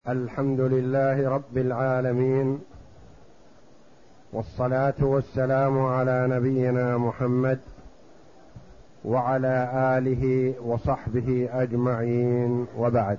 الحمد لله رب العالمين، والصلاة والسلام على نبينا محمد وعلى آله وصحبه أجمعين، وبعد.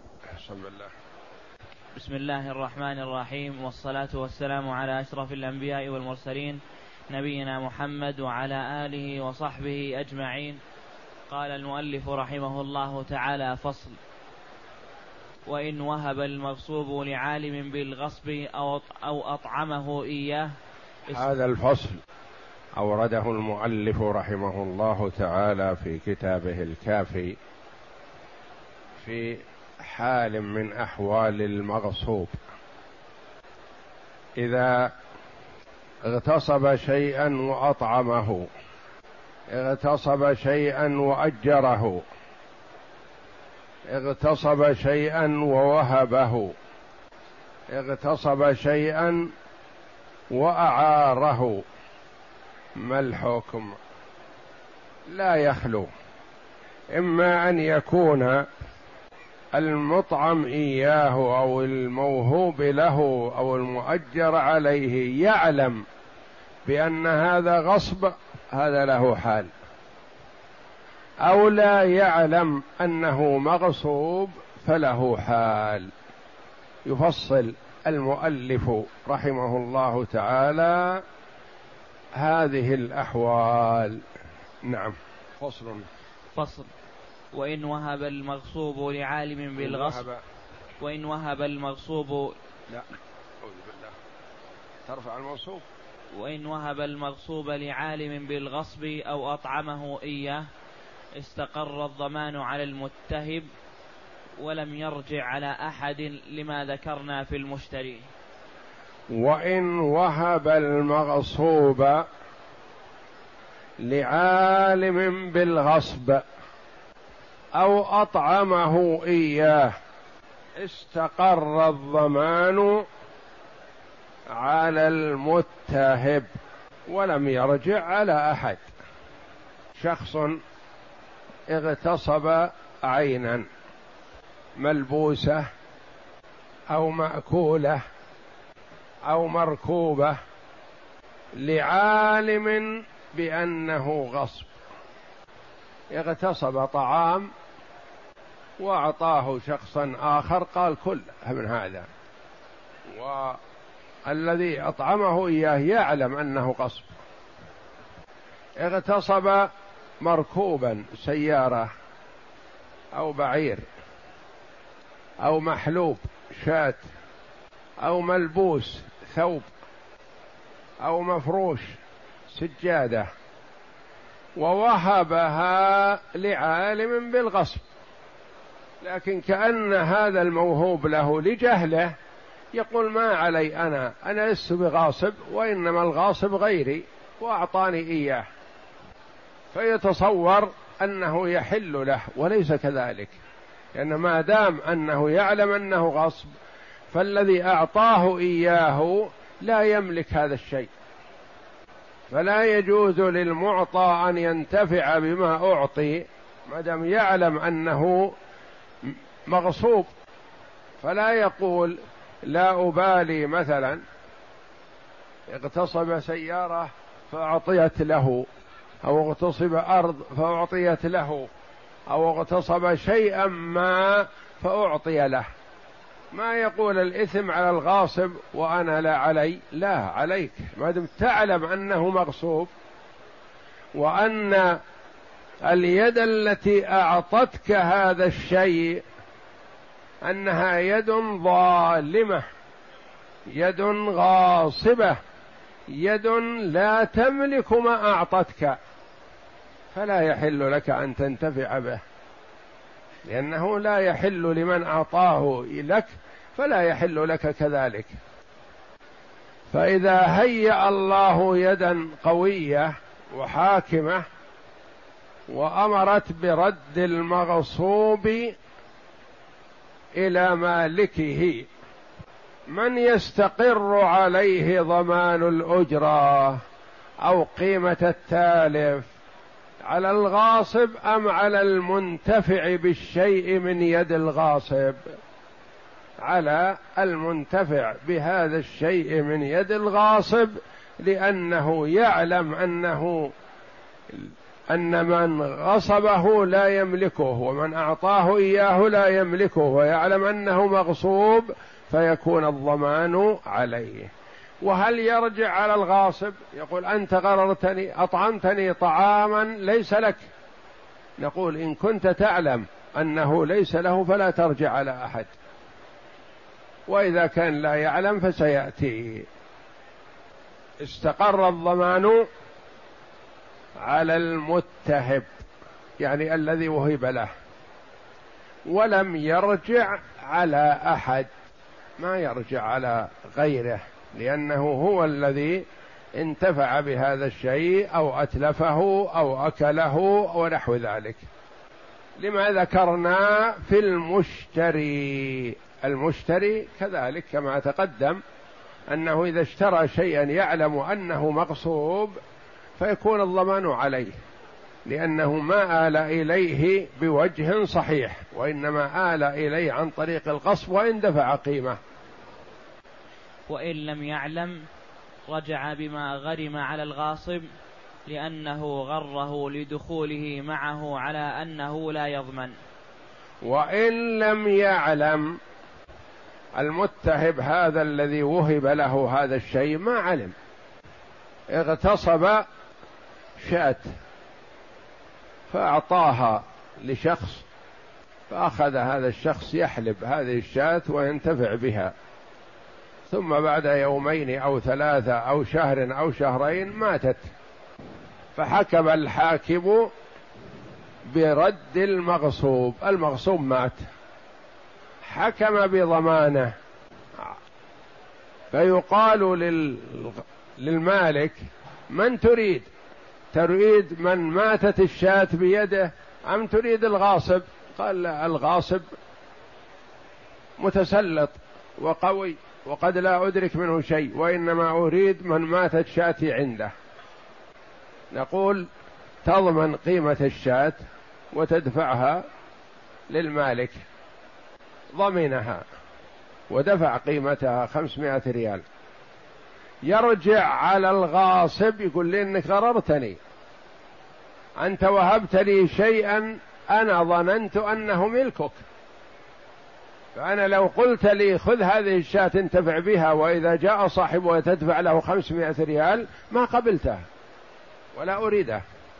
بسم الله الرحمن الرحيم، والصلاة والسلام على أشرف الأنبياء والمرسلين نبينا محمد وعلى آله وصحبه أجمعين. قال المؤلف رحمه الله تعالى: فصل: وإن وهب المغصوب لعالم بالغصب أو أطعمه إياه. هذا الفصل أورده المؤلف رحمه الله تعالى في كتابه الكافي في حال من أحوال المغصوب. إذا اغتصب شيئا وأطعمه، اغتصب شيئا وأجره، اغتصب شيئا ووهبه، اغتصب شيئا وأعاره، ما الحكم؟ لا يخلو إما أن يكون المطعم إياه أو الموهوب له أو المؤجر عليه يعلم بأن هذا غصب، هذا له حال، أو لا يعلم أنه مغصوب فله حال. يفصل المؤلف رحمه الله تعالى هذه الأحوال. نعم. فصل: وإن وهب المغصوب لعالم بالغصب. وإن وهب المغصوب لا أعوذ بالله ترفع الموصوف. وإن وهب المغصوب لعالم بالغصب أو أطعمه إياه استقر الضمان على المتهب ولم يرجع على أحد لما ذكرنا في المشتري. وإن وهب المغصوب لعالم بالغصب أو أطعمه إياه استقر الضمان على المتهب ولم يرجع على أحد. شخص اغتصب عينا ملبوسة أو مأكولة أو مركوبة لعالم بأنه غصب، اغتصب طعام وأعطاه شخصا آخر قال كل من هذا، والذي أطعمه إياه يعلم أنه غصب. اغتصب مركوبا سيارة أو بعير أو محلوب شاة أو ملبوس ثوب أو مفروش سجادة ووهبها لعالم بالغصب، لكن كأن هذا الموهوب له لجهله يقول ما علي، أنا لست بغاصب وإنما الغاصب غيري وأعطاني إياه، فيتصور أنه يحل له وليس كذلك، لأن ما دام أنه يعلم أنه غصب فالذي أعطاه إياه لا يملك هذا الشيء، فلا يجوز للمعطى أن ينتفع بما أعطي ما دام يعلم أنه مغصوب. فلا يقول لا أبالي، مثلا اغتصب سيارة فأعطيت له، أو اغتصب أرض فأعطيت له، أو اغتصب شيئا ما فأعطي له، ما يقول الإثم على الغاصب وأنا لا علي، لا عليك ما دمت تعلم أنه مغصوب وأن اليد التي أعطتك هذا الشيء أنها يد ظالمة، يد غاصبة، يد لا تملك ما أعطتك، فلا يحل لك أن تنتفع به، لأنه لا يحل لمن أعطاه لك فلا يحل لك كذلك. فإذا هيأ الله يدا قوية وحاكمة وأمرت برد المغصوب إلى مالكه، من يستقر عليه ضمان الأجرة أو قيمة التالف؟ على الغاصب أم على المنتفع بالشيء من يد الغاصب؟ على المنتفع بهذا الشيء من يد الغاصب، لأنه يعلم أن من غصبه لا يملكه ومن أعطاه إياه لا يملكه، ويعلم أنه مغصوب، فيكون الضمان عليه. وهل يرجع على الغاصب؟ يقول أنت غررتني، أطعمتني طعاما ليس لك. نقول إن كنت تعلم أنه ليس له فلا ترجع على أحد، وإذا كان لا يعلم فسيأتي. استقر الضمان على المتهب، يعني الذي وهب له، ولم يرجع على أحد، ما يرجع على غيره، لأنه هو الذي انتفع بهذا الشيء أو أتلفه أو أكله ونحو ذلك. لما ذكرنا في المشتري، المشتري كذلك كما تقدم أنه إذا اشترى شيئا يعلم أنه مغصوب فيكون الضمان عليه، لأنه ما آل إليه بوجه صحيح، وإنما آل إليه عن طريق الغصب وإن دفع قيمة. وإن لم يعلم رجع بما غرم على الغاصب، لأنه غره لدخوله معه على أنه لا يضمن. وإن لم يعلم المتهب، هذا الذي وهب له هذا الشيء ما علم، اغتصب شاة فأعطاها لشخص، فأخذ هذا الشخص يحلب هذه الشاة وينتفع بها، ثم بعد يومين أو ثلاثة أو شهر أو شهرين ماتت، فحكم الحاكم برد المغصوب، المغصوب مات، حكم بضمانه، فيقال للمالك من تريد؟ تريد من ماتت الشاة بيده أم تريد الغاصب؟ قال لا، الغاصب متسلط وقوي وقد لا أدرك منه شيء، وإنما أريد من ماتت شاتي عنده. نقول تضمن قيمة الشاة وتدفعها للمالك، ضمنها ودفع قيمتها 500 ريال، يرجع على الغاصب يقول لي إنك غررتني، أنت وهبت لي شيئا أنا ظننت أنه ملكك، فأنا لو قلت لي خذ هذه الشاة انتفع بها، وإذا جاء صاحبها تدفع له 500 ريال ما قبلته ولا أريده،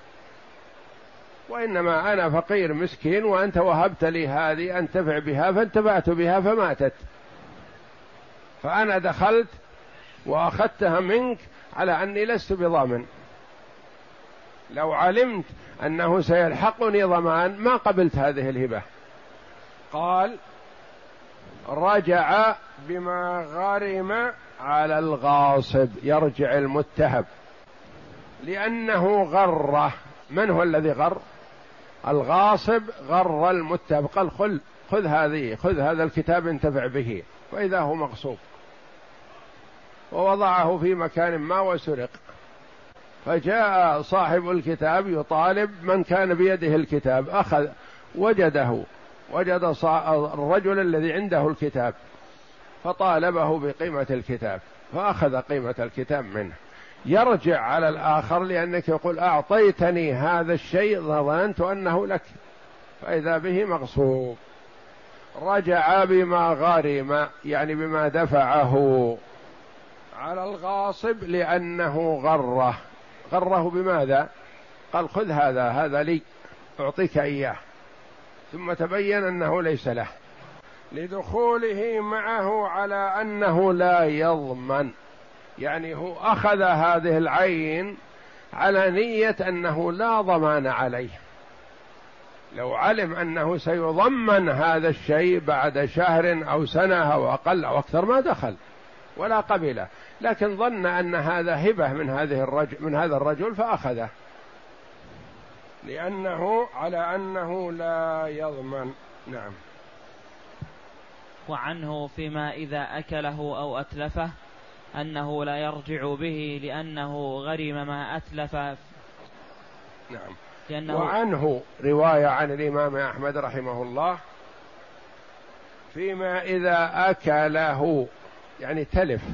وإنما أنا فقير مسكين وأنت وهبت لي هذه أنتفع بها فانتفعت بها فماتت، فأنا دخلت وأخذتها منك على أني لست بضامن، لو علمت أنه سيلحقني ضمان ما قبلت هذه الهبة. قال رجع بما غرم على الغاصب، يرجع المتهب لأنه غره. من هو الذي غر؟ الغاصب غر المتهب، قال خذ هذا الكتاب انتفع به، وإذا هو مغصوب، ووضعه في مكان ما وسرق، فجاء صاحب الكتاب يطالب من كان بيده الكتاب، وجد الرجل الذي عنده الكتاب فطالبه بقيمة الكتاب فأخذ قيمة الكتاب منه، يرجع على الآخر لأنك يقول أعطيتني هذا الشيء ظننت أنه لك، فإذا به مغصوب. رجع بما غرم، يعني بما دفعه على الغاصب، لأنه غره بماذا؟ قال خذ هذا لي أعطيك إياه، ثم تبين أنه ليس له، لدخوله معه على أنه لا يضمن، يعني هو أخذ هذه العين على نية أنه لا ضمان عليه، لو علم أنه سيضمن هذا الشيء بعد شهر أو سنة أو أقل أو أكثر ما دخل ولا قبله، لكن ظن أن هذا هبة من هذا الرجل فأخذه، لأنه على أنه لا يضمن. نعم. وعنه فيما إذا أكله أو أتلفه أنه لا يرجع به لأنه غرم ما أتلف. نعم. وعنه رواية عن الإمام أحمد رحمه الله فيما إذا أكله يعني تلف،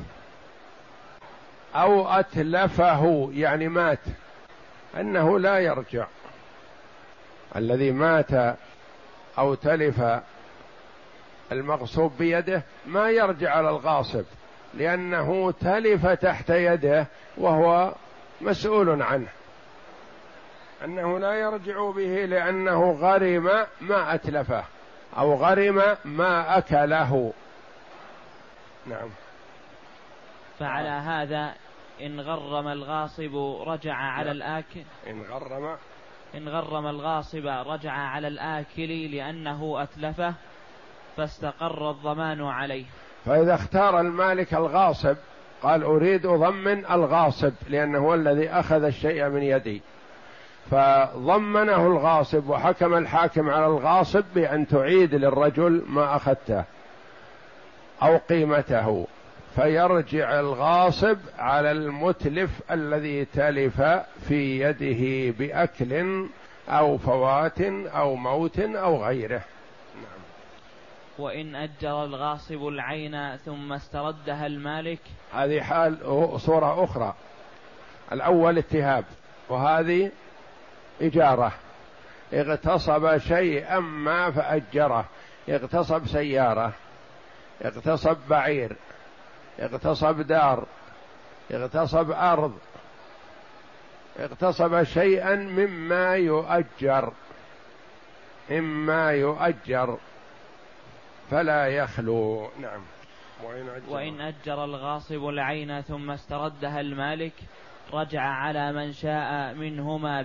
أو أتلفه يعني مات، أنه لا يرجع. الذي مات أو تلف المغصوب بيده ما يرجع على الغاصب، لأنه تلف تحت يده وهو مسؤول عنه، أنه لا يرجع به لأنه غرم ما أتلفه أو غرم ما أكله. نعم. فعلى هذا إن غرم الغاصب رجع على الآكل، إن غرم الغاصب رجع على الآكل لأنه أتلفه فاستقر الضمان عليه. فإذا اختار المالك الغاصب قال أريد أضمن الغاصب لأنه هو الذي أخذ الشيء من يدي، فضمنه الغاصب وحكم الحاكم على الغاصب بأن تعيد للرجل ما أخذته أو قيمته، فيرجع الغاصب على المتلف الذي تلف في يده بأكل أو فوات أو موت أو غيره. نعم. وإن أجر الغاصب العين ثم استردها المالك، هذه حال صورة أخرى. الأول اتهاب، وهذه إجارة. اغتصب شيئا ما فأجره، اغتصب سيارة، اغتصب بعير، اغتصب دار، اغتصب أرض، اغتصب شيئا مما يؤجر فلا يخلو. نعم. وإن أجر الغاصب العين ثم استردها المالك رجع على من شاء منهما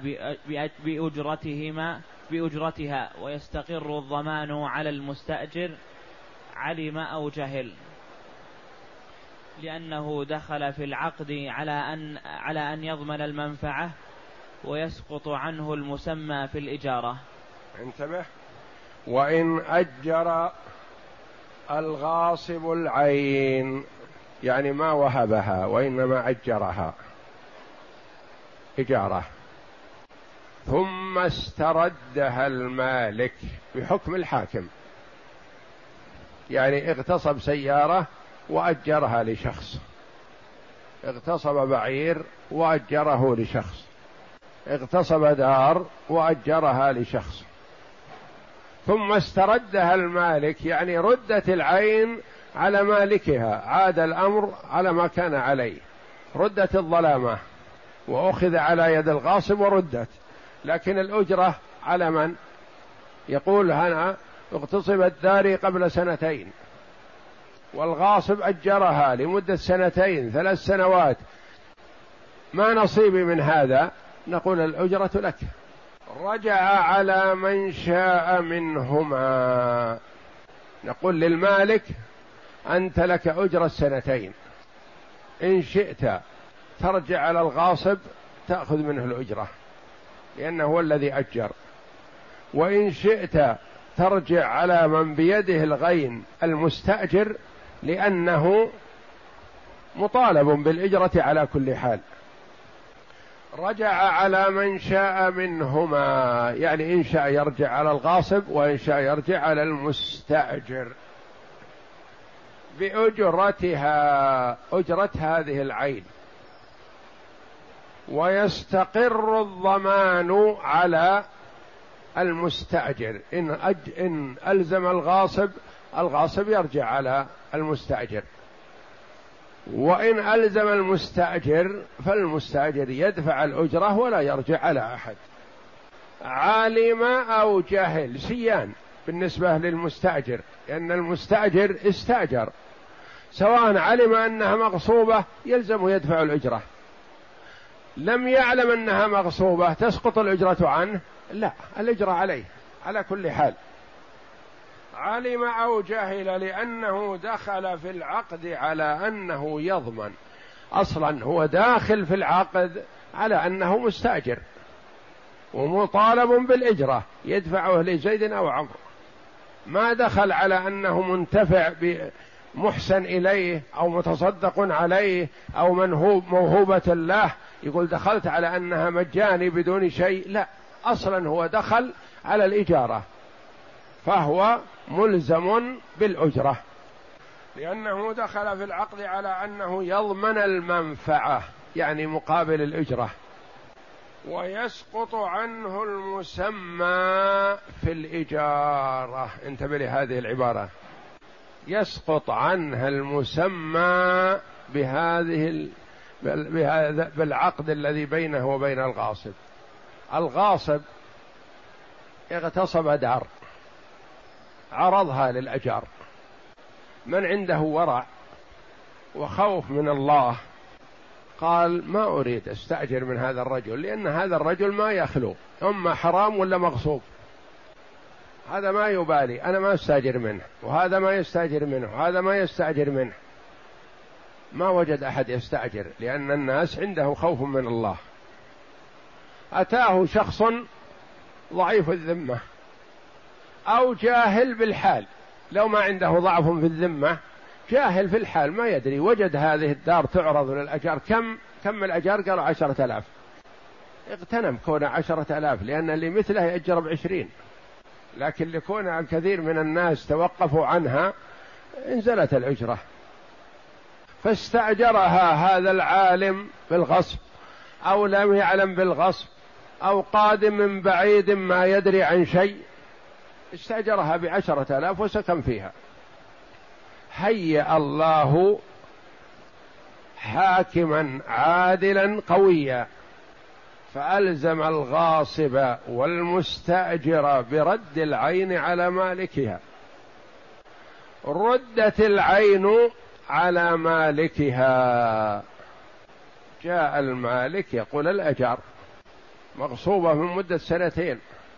بأجرتها، ويستقر الضمان على المستأجر علم أو جهل، لأنه دخل في العقد على أن يضمن المنفعة، ويسقط عنه المسمى في الإجارة. انتبه. وإن أجر الغاصب العين يعني ما وهبها وإنما أجرها إجارة، ثم استردها المالك بحكم الحاكم، يعني اغتصب سيارة وأجرها لشخص، اغتصب بعير وأجره لشخص، اغتصب دار وأجرها لشخص، ثم استردها المالك يعني ردت العين على مالكها، عاد الأمر على ما كان عليه، ردت الظلامة وأخذ على يد الغاصب وردت، لكن الأجرة على من؟ يقول أنا اغتصبت داري قبل 2 والغاصب أجرها لمدة 2 3 سنوات، ما نصيبي من هذا؟ نقول الأجرة لك. رجع على من شاء منهما، نقول للمالك أنت لك أجرة 2، إن شئت ترجع على الغاصب تأخذ منه الأجرة لأنه هو الذي أجر، وإن شئت ترجع على من بيده الغين المستأجر لأنه مطالب بالإجرة على كل حال. رجع على من شاء منهما يعني إن شاء يرجع على الغاصب وإن شاء يرجع على المستأجر بأجرتها، أجرة هذه العين، ويستقر الضمان على المستأجر. إن ألزم الغاصب يرجع على المستأجر، وإن ألزم المستأجر فالمستأجر يدفع الأجرة ولا يرجع على أحد. عالم أو جهل سيان بالنسبة للمستأجر، لأن المستأجر استأجر، سواء علم أنها مغصوبة يلزم يدفع الأجرة، لم يعلم أنها مغصوبة تسقط الأجرة عنه، لا، الأجرة عليه على كل حال. علم أو جهل لأنه دخل في العقد على أنه يضمن، أصلا هو داخل في العقد على أنه مستأجر ومطالب بالإجرة يدفعه لزيد أو عمرو، ما دخل على أنه منتفع محسن إليه أو متصدق عليه أو موهوبة له، يقول دخلت على أنها مجاني بدون شيء، لا، أصلا هو دخل على الإجارة، فهو ملزم بالأجرة، لأنه دخل في العقد على أنه يضمن المنفعة يعني مقابل الأجرة. ويسقط عنه المسمى في الإجارة، انتبه لهذه العبارة، يسقط عنها المسمى بالعقد الذي بينه وبين الغاصب. الغاصب اغتصب دار، عرضها للأجار، من عنده ورع وخوف من الله قال ما أريد أستأجر من هذا الرجل، لأن هذا الرجل ما يخلو، إما حرام ولا مغصوب، هذا ما يبالي، أنا ما أستأجر منه، وهذا ما يستأجر منه، وهذا ما يستأجر منه، ما وجد أحد يستأجر، لأن الناس عنده خوف من الله. أتاه شخص ضعيف الذمة أو جاهل بالحال، لو ما عنده ضعف في الذمة جاهل في الحال ما يدري، وجد هذه الدار تعرض للأجار، كم الأجار؟ قالوا 10,000، اغتنم كون 10,000، لأن اللي مثله يأجر ب20، لكن لكون الكثير من الناس توقفوا عنها انزلت الأجرة، فاستأجرها هذا العالم بالغصب أو لم يعلم بالغصب أو قادم من بعيد ما يدري عن شيء، استأجرها ب10,000 وسكن فيها. هيأ الله حاكما عادلا قويا فألزم الغاصب والمستأجر برد العين على مالكها، ردت العين على مالكها، جاء المالك يقول الأجار مغصوبة من مدة 2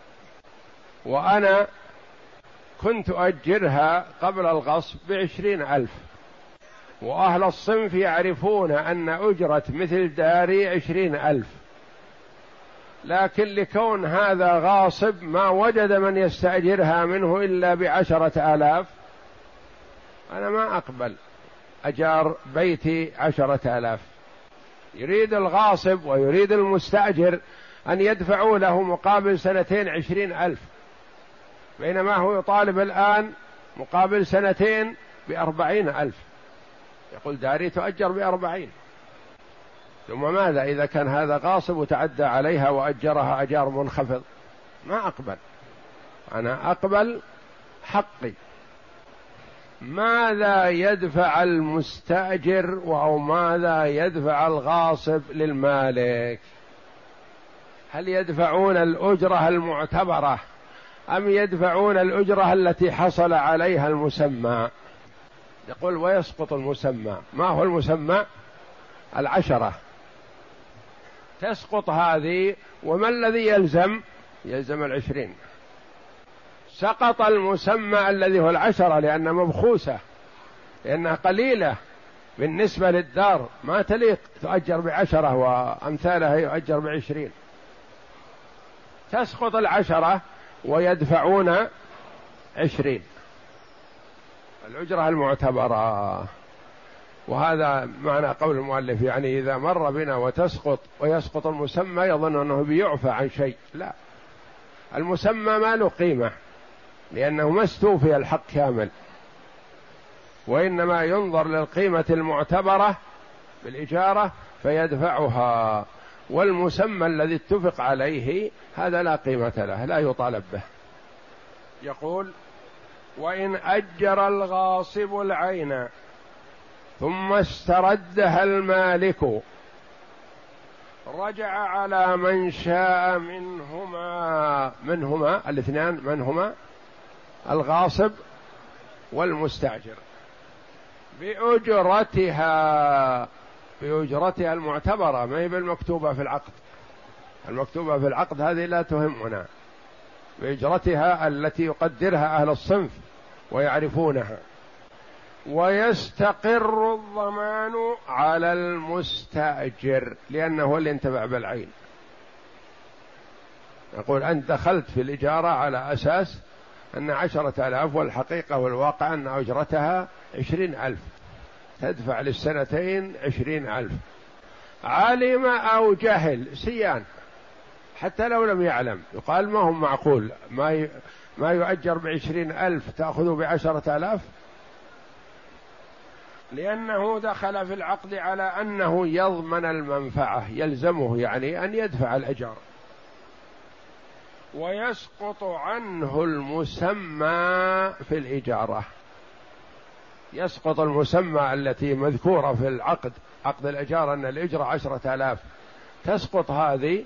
وأنا كنت أجرها قبل الغصب ب20,000، وأهل الصنف يعرفون أن أجرة مثل داري 20,000، لكن لكون هذا غاصب ما وجد من يستأجرها منه إلا ب10,000، أنا ما أقبل أجار بيتي 10,000. يريد الغاصب ويريد المستأجر أن يدفعوا له مقابل 2 20,000، بينما هو يطالب الآن مقابل 2 ب40,000، يقول داري تؤجر ب40. ثم ماذا إذا كان هذا غاصب وتعدى عليها وأجرها أجار منخفض؟ ما أقبل، أنا أقبل حقي. ماذا يدفع المستأجر أو ماذا يدفع الغاصب للمالك؟ هل يدفعون الأجرة المعتبرة أم يدفعون الأجرة التي حصل عليها المسمى؟ يقول ويسقط المسمى. ما هو المسمى؟ 10 تسقط هذه، وما الذي يلزم؟ يلزم 20. سقط المسمى الذي هو 10 لأنها مبخوسة، لأنها قليلة بالنسبة للدار، ما تليق تؤجر ب10 وأمثالها يؤجر ب20. تسقط 10 ويدفعون 20 الأجرة المعتبرة. وهذا معنى قول المؤلف، يعني إذا مر بنا وتسقط ويسقط المسمى يظن أنه بيعفى عن شيء، لا، المسمى ما له قيمة لأنه ما استوفي الحق كامل، وإنما ينظر للقيمة المعتبرة بالإجارة فيدفعها، والمسمى الذي اتفق عليه هذا لا قيمة له، لا يطالب به. يقول وإن أجر الغاصب العين ثم استردها المالك رجع على من شاء منهما الاثنان، من هما؟ الغاصب والمستأجر، بأجرتها المعتبرة، ما هي بالمكتوبة في العقد. المكتوبة في العقد هذه لا تهمنا، بأجرتها التي يقدرها أهل الصنف ويعرفونها. ويستقر الضمان على المستأجر لأنه هو اللي انتفع بالعين. يقول أنت دخلت في الإجارة على أساس أن 10,000، والحقيقة والواقع أن أجرتها 20,000، تدفع للسنتين 20,000. علم أو جهل سيان، حتى لو لم يعلم يقال ما هم معقول، ما يؤجر ب20,000 تأخذه ب10,000؟ لأنه دخل في العقد على أنه يضمن المنفعة، يلزمه يعني أن يدفع الأجار. ويسقط عنه المسمى في الإجارة، يسقط المسمى التي مذكورة في العقد، عقد الإجارة أن الإجرة 10,000، تسقط هذه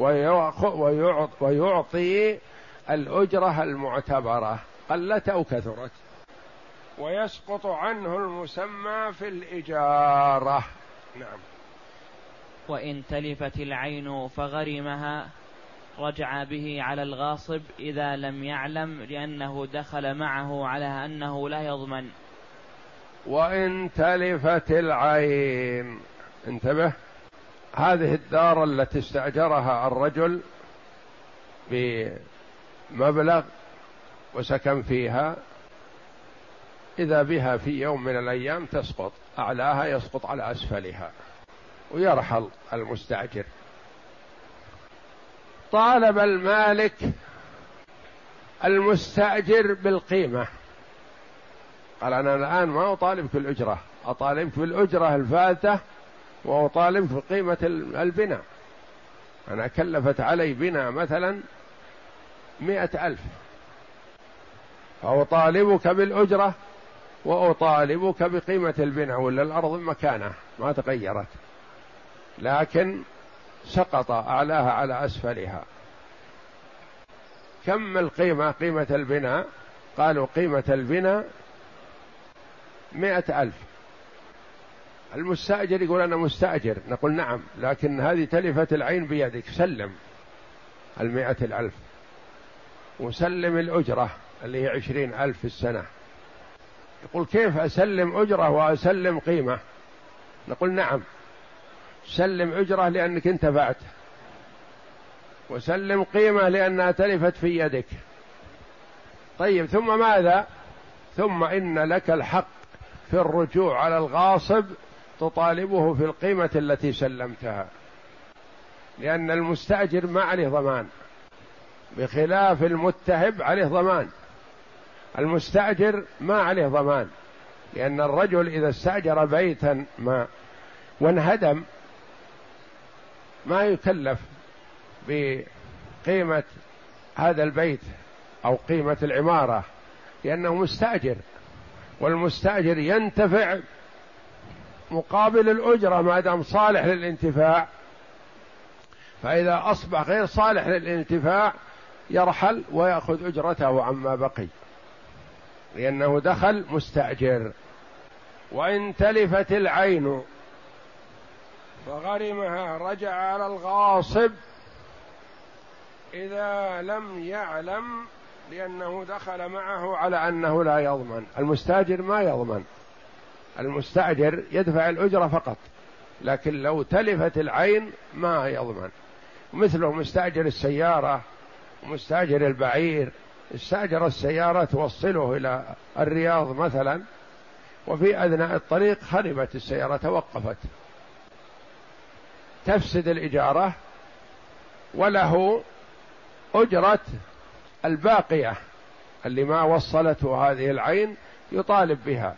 ويعطي الأجرة المعتبرة قلت أو كثرت. ويسقط عنه المسمى في الإجارة. نعم. وإن تلفت العين فغرمها رجع به على الغاصب إذا لم يعلم، لأنه دخل معه على أنه لا يضمن. وإن تلفت العين، انتبه، هذه الدار التي استأجرها الرجل بمبلغ وسكن فيها، إذا بها في يوم من الأيام تسقط، أعلاها يسقط على أسفلها ويرحل المستأجر. طالب المالك المستأجر بالقيمة، قال أنا الآن ما أطالبك بالأجرة، أطالبك بالأجرة الفاتة وأطالبك بقيمة البناء. أنا كلفت علي بناء مثلا 100,000، فأطالبك بالأجرة وأطالبك بقيمة البناء، ولا الأرض مكانها ما تغيرت، لكن سقط أعلاها على أسفلها. كم القيمة؟ قيمة البناء، قالوا قيمة البناء 100,000. المستأجر يقول أنا مستأجر، نقول نعم، لكن هذه تلفت العين بيدك، سلم 100,000 وسلم الأجرة اللي هي 20,000 في السنة. يقول كيف أسلم أجرة وأسلم قيمة؟ نقول نعم، سلم أجرة لأنك انتفعت، وسلم قيمة لأنها تلفت في يدك. طيب ثم ماذا؟ ثم إن لك الحق في الرجوع على الغاصب، تطالبه في القيمة التي سلمتها، لأن المستأجر ما عليه ضمان، بخلاف المتهب عليه ضمان. المستأجر ما عليه ضمان، لأن الرجل إذا استأجر بيتا ما وانهدم ما يكلف بقيمة هذا البيت أو قيمة العمارة، لأنه مستأجر، والمستأجر ينتفع مقابل الأجرة ما دام صالح للانتفاع. فإذا أصبح غير صالح للانتفاع يرحل ويأخذ أجرته عما بقي، لأنه دخل مستأجر. وإن تلفت العين فغرمها رجع على الغاصب إذا لم يعلم، لأنه دخل معه على أنه لا يضمن. المستأجر ما يضمن، المستأجر يدفع الأجرة فقط، لكن لو تلفت العين ما يضمن. مثله مستأجر السيارة ومستأجر البعير، استأجر السيارة توصله إلى الرياض مثلا، وفي أثناء الطريق خربت السيارة، توقفت، تفسد الإجارة، وله أجرة الباقية اللي ما وصلته هذه العين، يطالب بها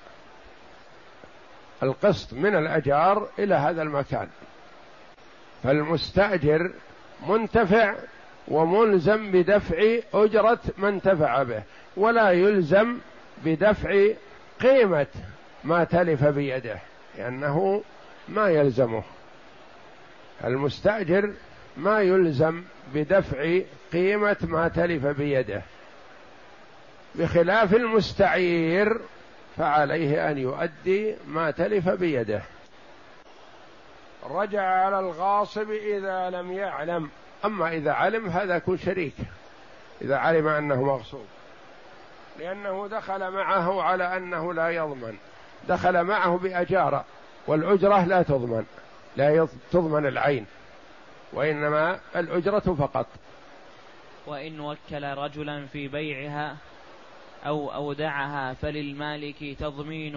القسط من الأجار إلى هذا المكان. فالمستأجر منتفع وملزم بدفع أجرة من انتفع به، ولا يلزم بدفع قيمة ما تلف بيده، لأنه ما يلزمه. المستأجر ما يلزم بدفع قيمة ما تلف بيده، بخلاف المستعير فعليه أن يؤدي ما تلف بيده. رجع على الغاصب إذا لم يعلم، أما إذا علم هذا يكون شريك، إذا علم أنه مغصوب، لأنه دخل معه على أنه لا يضمن، دخل معه بأجارة، والأجرة لا تضمن، لا تضمن العين، وإنما الأجرة فقط. وإن وكل رجلا في بيعها أو أودعها فللمالك تضمين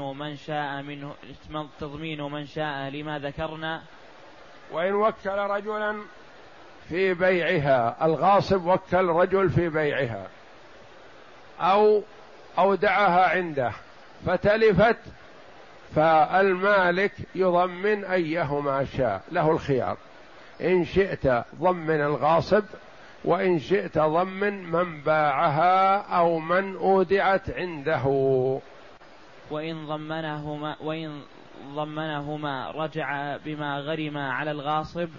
من شاء لما ذكرنا. وإن وكل رجلا في بيعها، الغاصب وكل رجل في بيعها، أو أودعها عنده فتلفت، فالمالك يضمن أيهما شاء، له الخيار، إن شئت ضمن الغاصب، وإن شئت ضمن من باعها أو من أودعت عنده. وإن ضمنهما رجع بما غرم على الغاصب.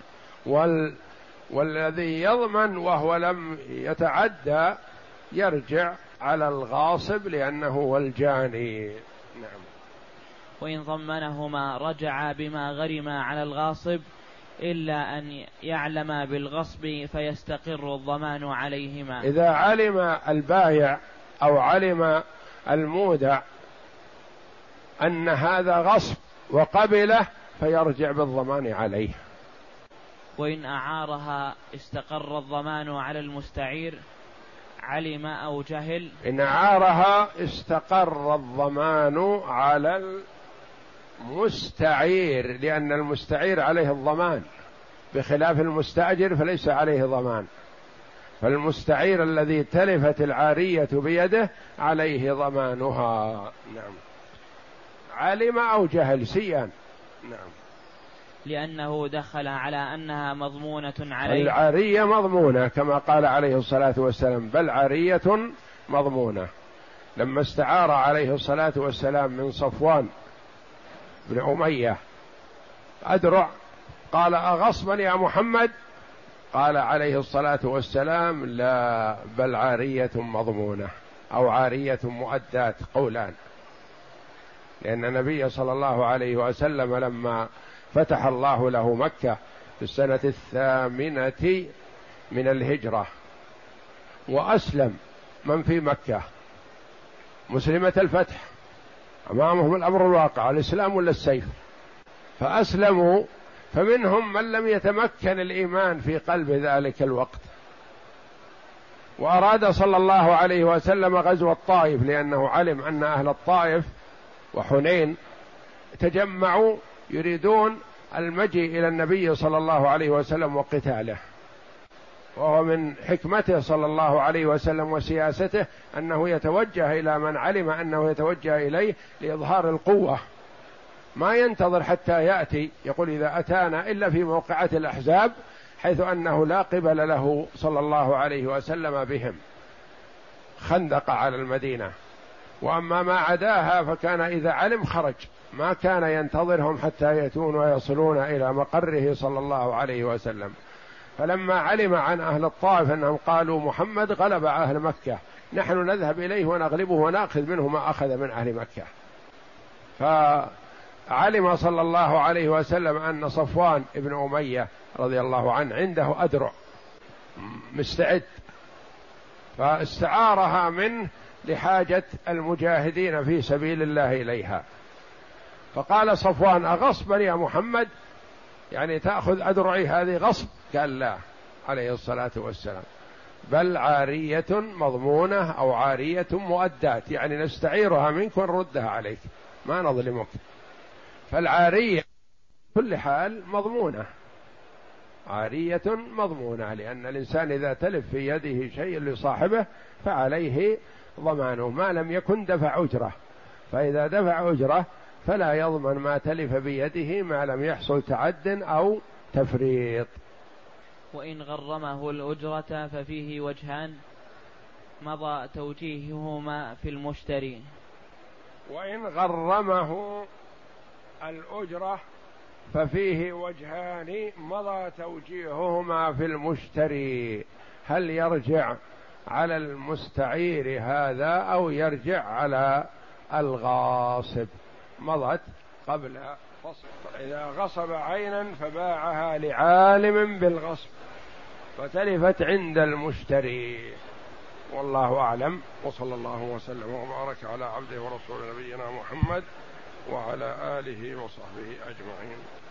والذي يضمن وهو لم يتعدى يرجع على الغاصب لأنه هو الجاني. نعم. وإن ضمنهما رجع بما غرم على الغاصب إلا أن يعلم بالغصب فيستقر الضمان عليهما. إذا علم البايع أو علم المودع أن هذا غصب وقبله فيرجع بالضمان عليه. وإن أعارها استقر الضمان على المستعير علم أو جهل. إن أعارها استقر الضمان على المستعير، لأن المستعير عليه الضمان بخلاف المستأجر فليس عليه ضمان، فالمستعير الذي تلفت العارية بيده عليه ضمانها. نعم. علم أو جهل سيان. نعم. لأنه دخل على أنها مضمونة عليه. العارية مضمونة كما قال عليه الصلاة والسلام، بل عارية مضمونة. لما استعار عليه الصلاة والسلام من صفوان بن أمية أدرع، قال أغصبا يا محمد؟ قال عليه الصلاة والسلام لا، بل عارية مضمونة أو عارية مؤدات، قولان. لأن النبي صلى الله عليه وسلم لما فتح الله له مكة في السنة 8 من الهجرة وأسلم من في مكة مسلمة الفتح، أمامهم الأمر الواقع، الإسلام ولا السيف، فأسلموا، فمنهم من لم يتمكن الإيمان في قلب ذلك الوقت، وأراد صلى الله عليه وسلم غزو الطائف، لأنه علم أن أهل الطائف وحنين تجمعوا يريدون المجيء إلى النبي صلى الله عليه وسلم وقتاله، وهو من حكمته صلى الله عليه وسلم وسياسته أنه يتوجه إلى من علم أنه يتوجه إليه لإظهار القوة، ما ينتظر حتى يأتي، يقول إذا أتانا إلا في موقعة الأحزاب حيث أنه لا قبل له صلى الله عليه وسلم بهم، خندق على المدينة، وأما ما عداها فكان إذا علم خرج، ما كان ينتظرهم حتى يأتون ويصلون إلى مقره صلى الله عليه وسلم. فلما علم عن أهل الطائف أنهم قالوا محمد غلب أهل مكة، نحن نذهب إليه ونغلبه ونأخذ منه ما أخذ من أهل مكة، فعلم صلى الله عليه وسلم أن صفوان ابن أمية رضي الله عنه عنده أدرع مستعد، فاستعارها منه لحاجة المجاهدين في سبيل الله إليها، فقال صفوان أغصبا يا محمد؟ يعني تأخذ أدرعي هذه غصب؟ قال لا عليه الصلاة والسلام، بل عارية مضمونة أو عارية مؤدات، يعني نستعيرها منك ونردها عليك، ما نظلمك. فالعارية كل حال مضمونة، عارية مضمونة، لأن الإنسان إذا تلف في يده شيء لصاحبه فعليه ضمانه ما لم يكن دفع أجرة، فإذا دفع أجرة فلا يضمن ما تلف بيده ما لم يحصل تعد أو تفريط. وإن غرمه الأجرة ففيه وجهان مضى توجيههما في المشتري. وإن غرمه الأجرة ففيه وجهان مضى توجيههما في المشتري، هل يرجع على المستعير هذا أو يرجع على الغاصب؟ مضت قبل فصل. إذا غصب عينا فباعها لعالم بالغصب فتلفت عند المشتري، والله أعلم، وصلى الله وسلم وبارك على عبده ورسول نبينا محمد وعلى آله وصحبه أجمعين.